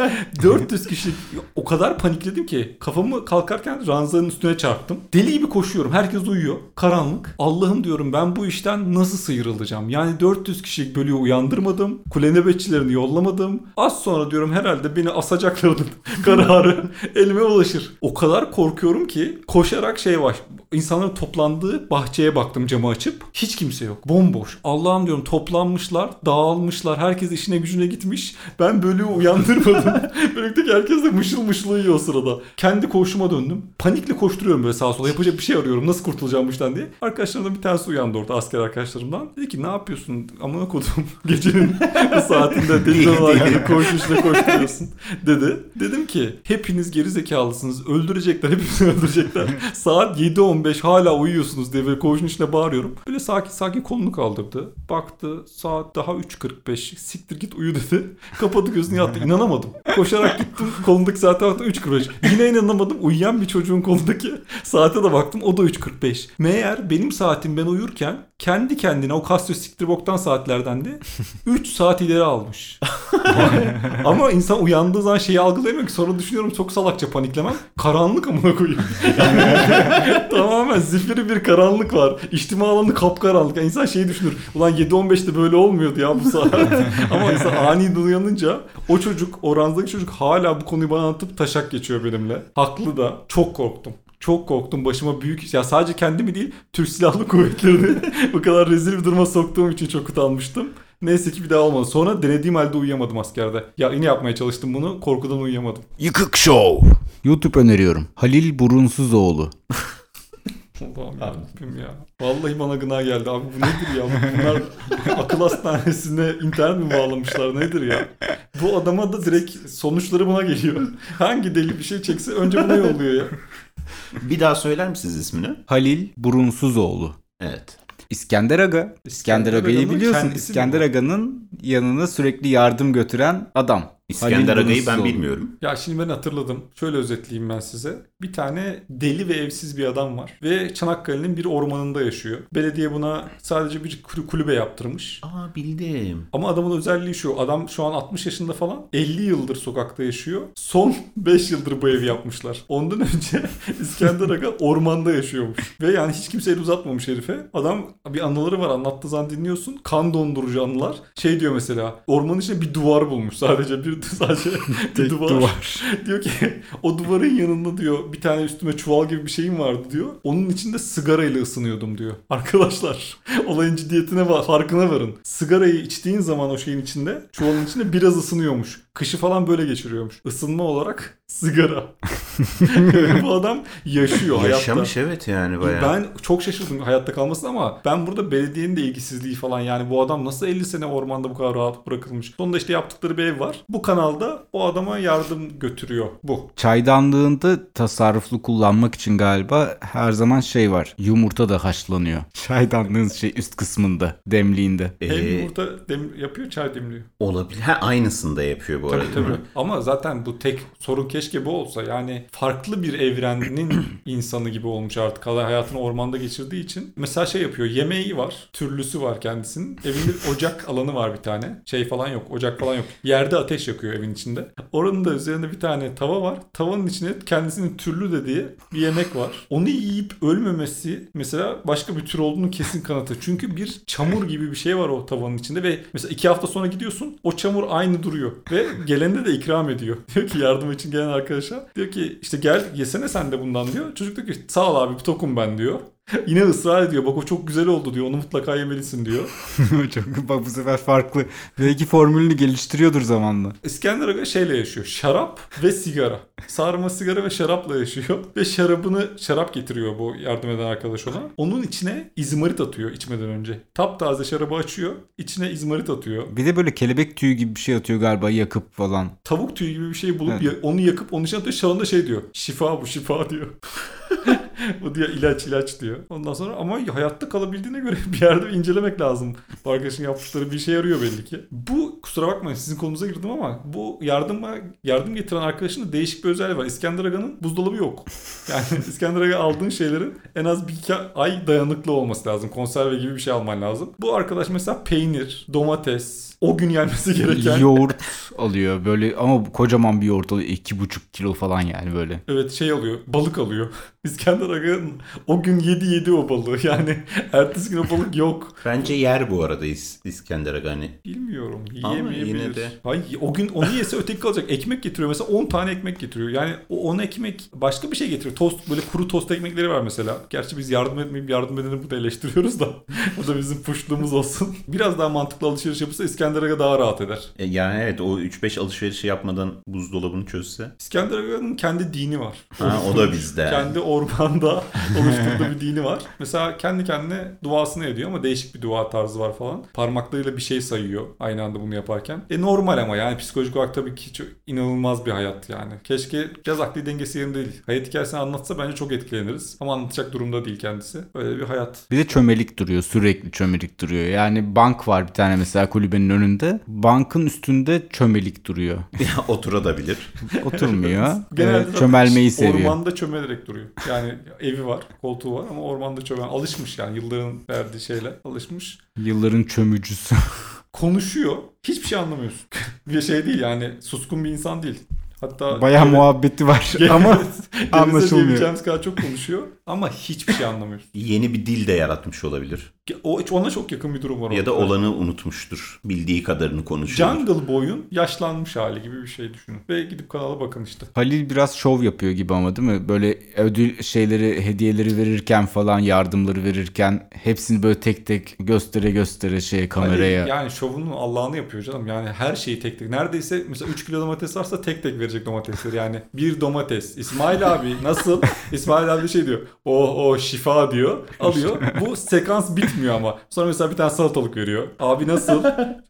400 kişilik, o kadar panikledim ki kafamı kalkarken ranzanın üstüne çarptım. Deli gibi koşuyorum. Herkes uyuyor. Karanlık. Allah'ım diyorum, ben bu işten nasıl sıyrılacağım? Yani 400 kişilik bölüğü uyandırmadım. Kule nöbetçilerini yollamadım. Az sonra diyorum herhalde beni asacaklarının kararı elime ulaşır. O kadar korkuyorum ki koşarak insanların toplandığı bahçeye baktım camı açıp. Hiç kimse yok. Bomboş. Allah'ım diyorum, toplanmışlar, dağılmışlar. Herkes işine gücüne gitmiş. Ben bölüğü uyandırmadım. Bölükteki herkes de mışıl mışıl uyuyor o sırada. Kendi koğuşuma döndüm. Panikle koşturuyorum böyle sağa sola. Yapacak bir şey arıyorum. Nasıl kurtulacağım bu işten diye. Arkadaşlarımdan bir tanesi uyandı orada, asker arkadaşlarımdan. Dedi ki ne yapıyorsun? Amına kodum. Gecenin bu saatinde deli koşmuşla koşturuyorsun dedi. Dedim ki hepiniz geri zekalısınız. Öldürecekler. Hepinizi öldürecekler. Saat 7:15 hala uyuyorsunuz diye böyle koğuşun içine bağırıyorum. Böyle sakin kolunu kaldırdı. Baktı saat daha 3:45. Siktir git uyu dedi. Kapadı gözünü, yattı. İnanamadım. Koşarak gittim. Kolundaki saate baktım 3:45. Yine inanamadım. Uyuyan bir çocuğun kolundaki saate de baktım. O da 3:45. Meğer benim saatim ben uyurken kendi kendine o Casio siktir boktan saatlerden de 3 saat ileri almış. Ama insan uyandığı zaman şeyi algılayamıyor ki. Sonra düşünüyorum, çok salakça paniklemem. Karanlık amına koyayım. Tamamen zifiri bir karanlık var. İçtima alanı kapkaranlık. Yani insan şeyi düşünür. Ulan 7:15'te böyle olmuyordu ya bu saat. Ama insan ani uyanınca o çocuk, o ranzdaki çocuk hala bu konuyu bana anlatıp taşak geçiyor benimle. Haklı da. Çok korktum. Çok korktum. Başıma büyük iş. Ya sadece kendimi değil, Türk Silahlı Kuvvetleri'ni bu kadar rezil bir duruma soktuğum için çok utanmıştım. Neyse ki bir daha olmadı. Sonra denediğim halde uyuyamadım askerde. Ya yine yapmaya çalıştım bunu. Korkudan uyuyamadım. Yıkık Show. YouTube öneriyorum. Halil Burunsuzoğlu. Allah'ım yarabbim ya. Vallahi bana gına geldi. Abi bu nedir ya? Bunlar akıl hastanesine internet mi bağlamışlar? Nedir ya? Bu adama da direkt sonuçları buna geliyor. Hangi deli bir şey çekse önce buna yolluyor ya. Bir daha söyler misiniz ismini? Halil Burunsuzoğlu. Evet. İskender Aga. İskender Aga'yı Aga'nın biliyorsun. kendisi İskender mi bu? Aga'nın yanına sürekli yardım götüren adam. İskender Halil Aga'yı ben Burunsuzoğlu. bilmiyorum. Ya şimdi ben hatırladım. Şöyle özetleyeyim ben size. Bir tane deli ve evsiz bir adam var. Ve Çanakkale'nin bir ormanında yaşıyor. Belediye buna sadece bir kulübe yaptırmış. Aa, bildim. Ama adamın özelliği şu. Adam şu an 60 yaşında falan. 50 yıldır sokakta yaşıyor. Son 5 yıldır bu evi yapmışlar. Ondan önce İskender Aga ormanda yaşıyormuş. Ve yani hiç kimse el uzatmamış herife. Adam bir anıları var. Anlattığı zaman dinliyorsun. Kan dondurucu anılar. Şey diyor mesela. Ormanın içinde bir duvar bulmuş. Sadece bir duvar. Diyor ki o duvarın yanında diyor bir tane üstüme çuval gibi bir şeyim vardı diyor. Onun içinde sigarayla ısınıyordum diyor. Arkadaşlar olayın ciddiyetine farkına varın. Sigarayı içtiğin zaman o şeyin içinde, çuvalın içinde biraz ısınıyormuş. Kışı falan böyle geçiriyormuş. Isınma olarak sigara. Bu adam yaşıyor hayatta. Yaşamış evet yani bayağı. Ben çok şaşırdım hayatta kalmasına ama ben burada belediyenin de ilgisizliği falan yani bu adam nasıl 50 sene ormanda bu kadar rahat bırakılmış. Sonunda işte yaptıkları bir ev var. Bu kanalda o adama yardım götürüyor bu. Çaydanlığında tasarruflu kullanmak için galiba her zaman şey var. Yumurta da haşlanıyor. Çaydanlığın üst kısmında, demliğinde. Hem yumurta yapıyor, çay demliyor. Olabilir. Ha, aynısını da yapıyor bu arada. Tabii tabii. Ama zaten bu tek sorun keşke bu olsa. Yani farklı bir evrenin insanı gibi olmuş artık. Hayatını ormanda geçirdiği için. Mesela şey yapıyor. Yemeği var. Türlüsü var kendisinin. Evinde ocak alanı var bir tane. Şey falan yok. Ocak falan yok. Yerde ateş yakıyor evin içinde. Oranın da üzerinde bir tane tava var. Tavanın içine kendisinin türlü dediği bir yemek var. Onu yiyip ölmemesi mesela başka bir tür olduğunu kesin kanıtır. Çünkü bir çamur gibi bir şey var o tavanın içinde ve mesela 2 hafta sonra gidiyorsun o çamur aynı duruyor. Ve gelende de ikram ediyor. Diyor ki yardım için gelen arkadaşa. Diyor ki işte gel yesene sen de bundan diyor. Çocuk diyor ki sağ ol abi tokum ben diyor. Yine ısrar ediyor. Bak o çok güzel oldu diyor. Onu mutlaka yemelisin diyor. Çok bak bu sefer farklı. Belki formülünü geliştiriyordur zamanla. İskender Aga şeyle yaşıyor. Şarap ve sigara. Sarma sigara ve şarapla yaşıyor. Ve şarap getiriyor bu yardım eden arkadaş ona. Onun içine izmarit atıyor içmeden önce. Taptaze şarabı açıyor. İçine izmarit atıyor. Bir de böyle kelebek tüyü gibi bir şey atıyor galiba yakıp falan. Tavuk tüyü gibi bir şey bulup Evet. onu yakıp onun içine atıyor. Şalında şey diyor. Şifa bu şifa diyor. Bu diyor ilaç diyor. Ondan sonra ama hayatta kalabildiğine göre bir yerde bir incelemek lazım. Bu arkadaşın yaptıkları bir işe yarıyor belli ki. Bu kusura bakmayın sizin konunuza girdim ama bu yardım getiren arkadaşın da değişik bir özelliği var. İskender Aga'nın buzdolabı yok. Yani İskender Aga aldığın şeylerin en az 1-2 ay dayanıklı olması lazım. Konserve gibi bir şey alman lazım. Bu arkadaş mesela peynir, domates, o gün yenmesi gereken... Yoğurt alıyor böyle ama kocaman bir yoğurt alıyor. 2,5 kilo falan yani böyle. Evet şey alıyor. Balık alıyor. İskender Aga'nın o gün yedi o balığı. Yani ertesi gün o balık yok. Bence yer bu arada İskender Aga hani. Bilmiyorum. Ama Yiyemeyebilir. yine de. Hayır, o gün onu yese öteki kalacak. Ekmek getiriyor. Mesela 10 tane ekmek getiriyor. Yani o 10 ekmek başka bir şey getiriyor. Tost böyle kuru tost ekmekleri var mesela. Gerçi biz yardım edeni burada eleştiriyoruz da. Bu da bizim puşluğumuz olsun. Biraz daha mantıklı alışveriş yapılsa İskender Aga daha rahat eder. Yani evet o 3-5 alışverişi yapmadan buzdolabını çözse. İskender Aga'nın kendi dini var. Ha, o da bizde. Kendi ormanda oluşturduğu bir dini var. Mesela kendi kendine duasını ediyor ama değişik bir dua tarzı var falan. Parmaklarıyla bir şey sayıyor aynı anda bunu yaparken. Normal ama yani psikolojik olarak tabii ki çok inanılmaz bir hayat yani. Keşke biraz akli dengesi yerinde değil. Hayat hikayesini anlatsa bence çok etkileniriz. Ama anlatacak durumda değil kendisi. Öyle bir hayat. Bir de çömelik duruyor. Sürekli çömelik duruyor. Yani bank var bir tane mesela kulübenin önünde. Bankın üstünde çömelik duruyor. Oturabilir. Oturmuyor. Genelde zaten Çömelmeyi seviyor. ormanda çömelerek duruyor. Yani evi var, koltuğu var ama ormanda alışmış yani yılların verdiği şeyle alışmış. Yılların çömücüsü. Konuşuyor. Hiçbir şey anlamıyorsun. Bir şey değil yani suskun bir insan değil. Hatta Bayağı muhabbeti var ama anlaşılmıyor. Diyebileceğimiz kadar çok konuşuyor ama hiçbir şey anlamıyoruz. Yeni bir dil de yaratmış olabilir. Ona çok yakın bir durum var. Ya da olanı unutmuştur. Bildiği kadarını konuşuyor. Jungle Boy'un yaşlanmış hali gibi bir şey düşünün. Ve gidip kanala bakın işte. Halil biraz şov yapıyor gibi ama değil mi? Böyle ödül şeyleri, hediyeleri verirken falan, yardımları verirken hepsini böyle tek tek göstere kameraya. Hani yani şovunun Allah'ını yapıyor canım. Yani her şeyi tek tek. Neredeyse mesela 3 kilo domates varsa tek tek verecek domatesleri. Yani bir domates. İsmail abi nasıl? İsmail abi şey diyor. Oh şifa diyor. Alıyor. Bu sekans bitmiyor ama. Sonra mesela bir tane salatalık veriyor. Abi nasıl?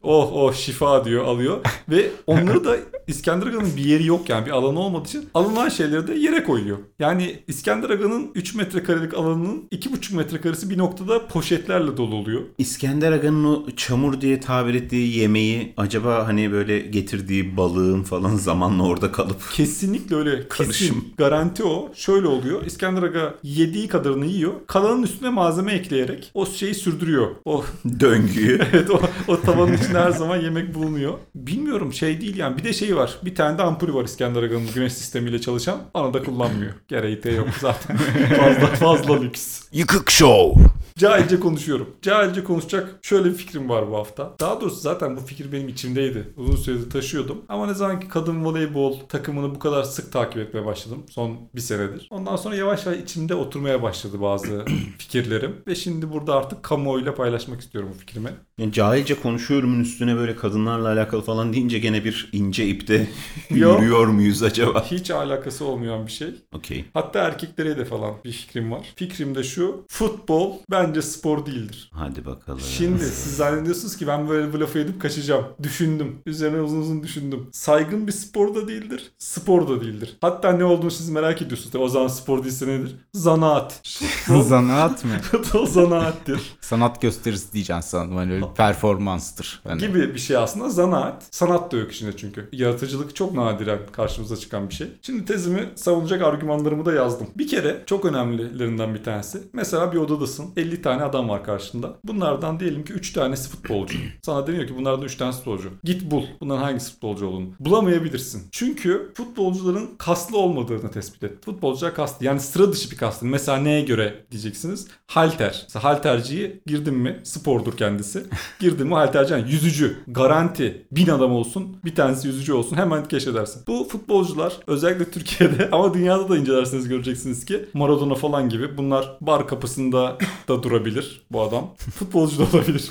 Oh şifa diyor, alıyor. Ve onları da İskender Aga'nın bir yeri yok yani. Bir alanı olmadığı için alınan şeyleri de yere koyuyor. Yani İskender Aga'nın 3 metrekarelik alanının 2,5 metrekaresi bir noktada poşetlerle dolu oluyor. İskender Aga'nın o çamur diye tabir ettiği yemeği acaba hani böyle getirdiği balığın falan zamanla orada kalıp Kesinlikle öyle. Karışım. Kesin. Garanti o. Şöyle oluyor. İskender Aga yediği kadarını yiyor. Kalanın üstüne malzeme ekleyerek o şeyi sürdürüyor. O döngüyü. evet o tavanın içinde her zaman yemek bulunuyor. Bilmiyorum şey değil yani. Bir de şey var. Bir tane de ampulü var İskender Aga'nın güneş sistemiyle çalışan. Onu da kullanmıyor. Gereği de yok zaten. fazla lüks. Yıkık Show. Cahilce konuşuyorum. Cahilce konuşacak şöyle bir fikrim var bu hafta. Daha doğrusu zaten bu fikir benim içimdeydi. Uzun süredir taşıyordum. Ama ne zaman ki kadın voleybol takımını bu kadar sık takip etmeye başladım. Son bir senedir. Ondan sonra yavaş yavaş içimde oturmaya başladı bazı fikirlerim. Ve şimdi burada artık kamuoyuyla paylaşmak istiyorum bu fikrimi. Yani cahilce konuşuyorumun üstüne böyle kadınlarla alakalı falan deyince gene bir ince ipte yürüyor muyuz acaba? Hiç alakası olmayan bir şey. Okey. Hatta erkeklere de falan bir fikrim var. Fikrim de şu. Futbol bence spor değildir. Hadi bakalım. Şimdi siz zannediyorsunuz ki ben böyle bir lafı edip kaçacağım. Düşündüm. Üzerine uzun düşündüm. Saygın bir spor da değildir. Spor da değildir. Hatta ne olduğunu siz merak ediyorsunuz. O zaman spor değilse nedir? Zanaat. Zanaat mı? O zanaattir. Sanat gösterisi diyeceksin sanırım. Hani öyle performanstır. Hani. Gibi bir şey aslında zanaat. Sanat da yok içinde çünkü. Yaratıcılık çok nadiren karşımıza çıkan bir şey. Şimdi tezimi savunacak argümanlarımı da yazdım. Bir kere çok önemlilerinden bir tanesi. Mesela bir odadasın. 50 tane adam var karşında. Bunlardan diyelim ki 3 tanesi futbolcu. Sana deniyor ki bunlardan 3 tanesi futbolcu. Git bul. Bunların hangisi futbolcu olduğunu. Bulamayabilirsin. Çünkü futbolcuların kaslı olmadığını tespit et. Futbolcular kaslı. Yani sıra dışı bir kaslı. Mesela neye göre diyeceksiniz? Halter. Mesela halterciyi girdin mi? Spordur kendisi. Girdin mi halterci. Yani yüzücü. Garanti. 1000 adam olsun. Bir tanesi yüzücü olsun. Hemen keşfedersin. Bu futbolcular özellikle Türkiye'de ama dünyada da incelerseniz göreceksiniz ki Maradona falan gibi bunlar bar kapısında da durabilir bu adam. Futbolcu da olabilir.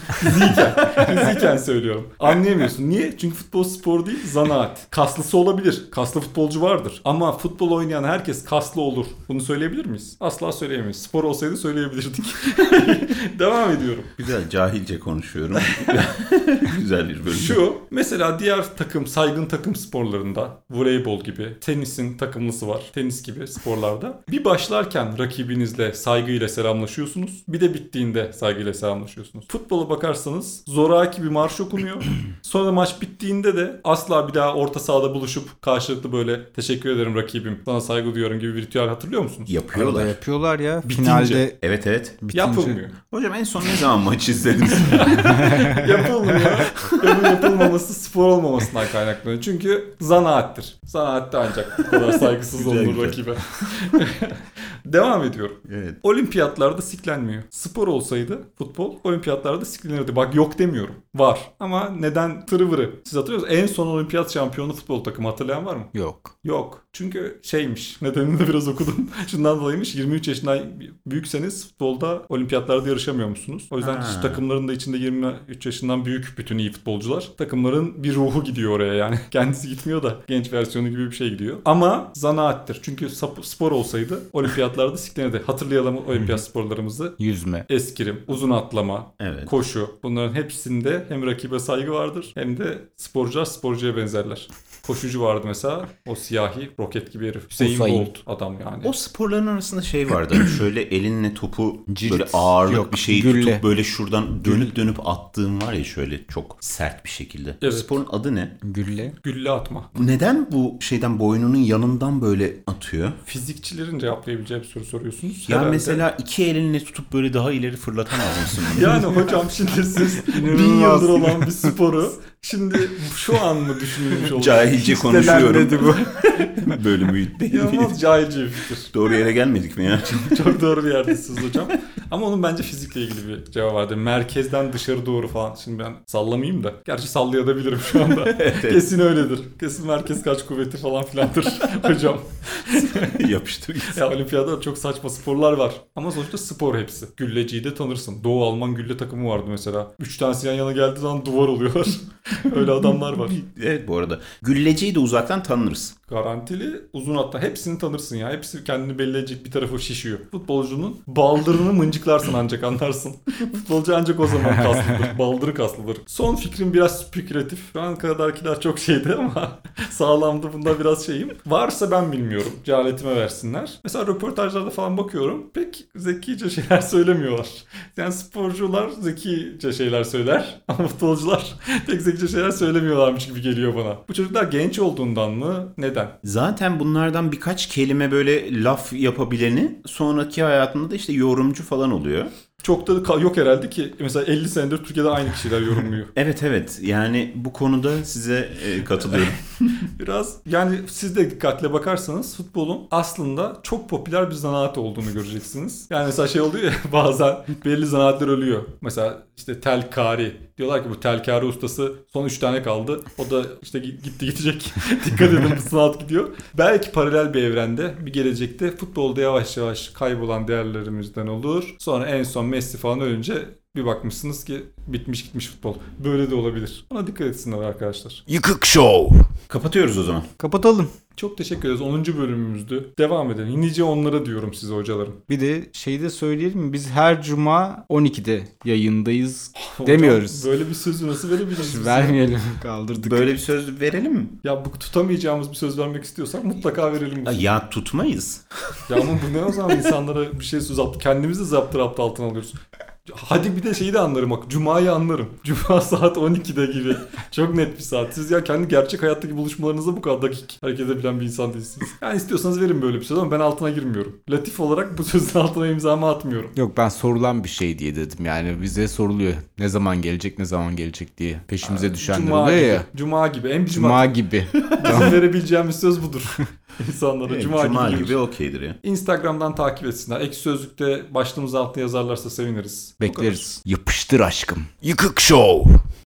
Fiziken söylüyorum. Anlayamıyorsun. Niye? Çünkü futbol spor değil, zanaat. Kaslısı olabilir. Kaslı futbolcu vardır. Ama futbol oynayan herkes kaslı olur. Bunu söyleyebilir miyiz? Asla söyleyemeyiz. Spor olsaydı söyleyebilirdik. Devam ediyorum. Güzel, cahilce konuşuyorum. Güzel bir bölüm. Şu, mesela diğer takım, saygın takım sporlarında, voleybol gibi, tenisin takımlısı var. Tenis gibi sporlarda. Bir başlarken rakibinizle saygıyla selamlaşıyorsunuz. Bir de bittiğinde saygıyla selamlaşıyorsunuz. Futbola bakarsanız zoraki bir marş okunuyor. Sonra maç bittiğinde de asla bir daha orta sahada buluşup karşılıklı böyle teşekkür ederim rakibim, sana saygı duyuyorum gibi bir ritüel hatırlıyor musunuz? Yapıyorlar. Arada yapıyorlar ya. Bitince. Finalde Evet. bitince. Yapılmıyor. Hocam en son ne zaman maç izlediniz? Yapılmıyor. Ve bu yapılmaması spor olmamasından kaynaklanıyor. Çünkü zanaattir. Zanaatte ancak bu kadar saygısız Güzel, olunur güzel. rakibe. Devam ediyorum. Evet. Olimpiyatlarda siklenmiyor. Spor olsaydı futbol olimpiyatlarda siklenirdi. Bak yok demiyorum. Var. Ama neden tırıvırı? Siz hatırlıyor musunuz? En son olimpiyat şampiyonu futbol takımı hatırlayan var mı? yok. Yok. Çünkü şeymiş. Nedenini de biraz okudum. Şundan dolayıymış. 23 yaşından büyükseniz futbolda olimpiyatlarda yarışamıyor musunuz? O yüzden hiç takımların da içinde 23 yaşından büyük bütün iyi futbolcular. Takımların bir ruhu gidiyor oraya yani. Kendisi gitmiyor da genç versiyonu gibi bir şey gidiyor. Ama zanaattir. Çünkü spor olsaydı olimpiyatlarda siklenirdi. Hatırlayalım olimpiyat sporlarımızı. Yüzme. Eskrim, uzun atlama, Evet. koşu. Bunların hepsinde hem rakibe saygı vardır hem de sporcular sporcuya benzerler. Koşucu vardı mesela. O siyahi roket gibi herif. Hüseyin Usain. Bolt adam yani. O sporların arasında şey vardı. Hani şöyle elinle topu Cirit. böyle ağırlık Yok, bir şeyi gülle. tutup böyle şuradan dönüp attığın var ya şöyle çok sert bir şekilde. Evet. Sporun adı ne? Gülle. Gülle atma. Neden bu şeyden boynunun yanından böyle atıyor? Fizikçilerin cevaplayabileceği bir soru soruyorsunuz. Ya Herhalde. mesela iki elinle tutup böyle daha ileri fırlatamaz mısın? Yani hocam şimdi siz 1000 İnanılmaz. yıldır olan bir sporu şimdi şu an mı düşünülmüş oldu? Cahilce Hiç konuşuyorum. denenmedi bu. Bölümü değil mi? İnanılmaz cahilce bir fikir. Doğru yere gelmedik mi ya? Çok doğru bir yerdesiniz hocam. Ama onun bence fizikle ilgili bir cevabı vardı. Merkezden dışarı doğru falan. Şimdi ben sallamayayım da. Gerçi sallayabilirim şu anda. Kesin öyledir. Kesin merkez kaç kuvveti falan filandır hocam. Yapıştır gitsin. Ya olimpiyada çok saçma sporlar var. Ama sonuçta spor hepsi. Gülleciyi de tanırsın. Doğu Alman gülle takımı vardı mesela. 3 tanesi yan yana geldiği zaman duvar oluyorlar. Öyle adamlar var. Evet bu arada. Gülleciyi de uzaktan tanırız. Garantili uzun hatta hepsini tanırsın ya. Hepsi kendini belli edecek bir tarafı şişiyor. Futbolcunun baldırını mıncıklarsın ancak anlarsın. Futbolcu ancak o zaman kaslıdır. Baldırı kaslıdır. Son fikrim biraz spekülatif. Şu an kadarkiler çok şeydi ama sağlamdı. Bunda biraz şeyim. Varsa ben bilmiyorum. Cehaletime versinler. Mesela röportajlarda falan bakıyorum. Pek zekice şeyler söylemiyorlar. Yani sporcular zekice şeyler söyler. Ama futbolcular pek zekice şeyler söylemiyorlarmış gibi geliyor bana. Bu çocuklar genç olduğundan mı? Neden? Zaten bunlardan birkaç kelime böyle laf yapabileni sonraki hayatında da işte yorumcu falan oluyor. Çok da yok herhalde ki. Mesela 50 senedir Türkiye'de aynı kişiler yorumluyor. Evet yani bu konuda size katılıyorum. Biraz yani siz de dikkatle bakarsanız futbolun aslında çok popüler bir zanaat olduğunu göreceksiniz. Yani mesela şey oluyor ya bazen belli zanaatler ölüyor. Mesela işte telkari. Diyorlar ki bu telkari ustası son 3 tane kaldı. O da işte gitti gidecek. Dikkat edin bu sanat gidiyor. Belki paralel bir evrende bir gelecekte futbolda yavaş yavaş kaybolan değerlerimizden olur. Sonra en son Messi falan ölünce bir bakmışsınız ki bitmiş gitmiş futbol. Böyle de olabilir. Ona dikkat etsinler arkadaşlar. Yıkık Show. Kapatıyoruz o zaman. Kapatalım. Çok teşekkür ederiz. 10. bölümümüzdü. Devam edelim. Nice onlara diyorum size hocalarım. Bir de şeyi de söyleyelim mi? Biz her cuma 12'de yayındayız demiyoruz. Hocam, böyle bir sözü nasıl verebiliriz? biz? Vermeyelim, kaldırdık. Böyle bir söz verelim mi? Ya bu tutamayacağımız bir söz vermek istiyorsak mutlaka verelim. Ya tutmayız. Ya ama bu ne o zaman insanlara bir şey söz yaptı. Kendimiz de zaptı altına alıyoruz. Hadi bir de şeyi de anlarım bak. Cuma'yı anlarım. Cuma saat 12'de gibi. Çok net bir saat. Siz ya kendi gerçek hayattaki buluşmalarınızda bu kadar dakik hareket edebilen bir insan değilsiniz. Yani istiyorsanız verin böyle bir söz ama ben altına girmiyorum. Latif olarak bu sözün altına imzamı atmıyorum. Yok ben sorulan bir şey diye dedim. Yani bize soruluyor. Ne zaman gelecek diye. Peşimize düşenler Cuma oluyor gibi. ya. Cuma gibi. En Cuma gibi. Bizim verebileceğimiz söz budur. İnsanlara Evet, Cuma gibi. okeydir ya. Instagram'dan takip etsinler. Ekşi Sözlük'te başlığımız altına yazarlarsa seviniriz. Bekleriz. Yapıştır aşkım. Yıkık Show.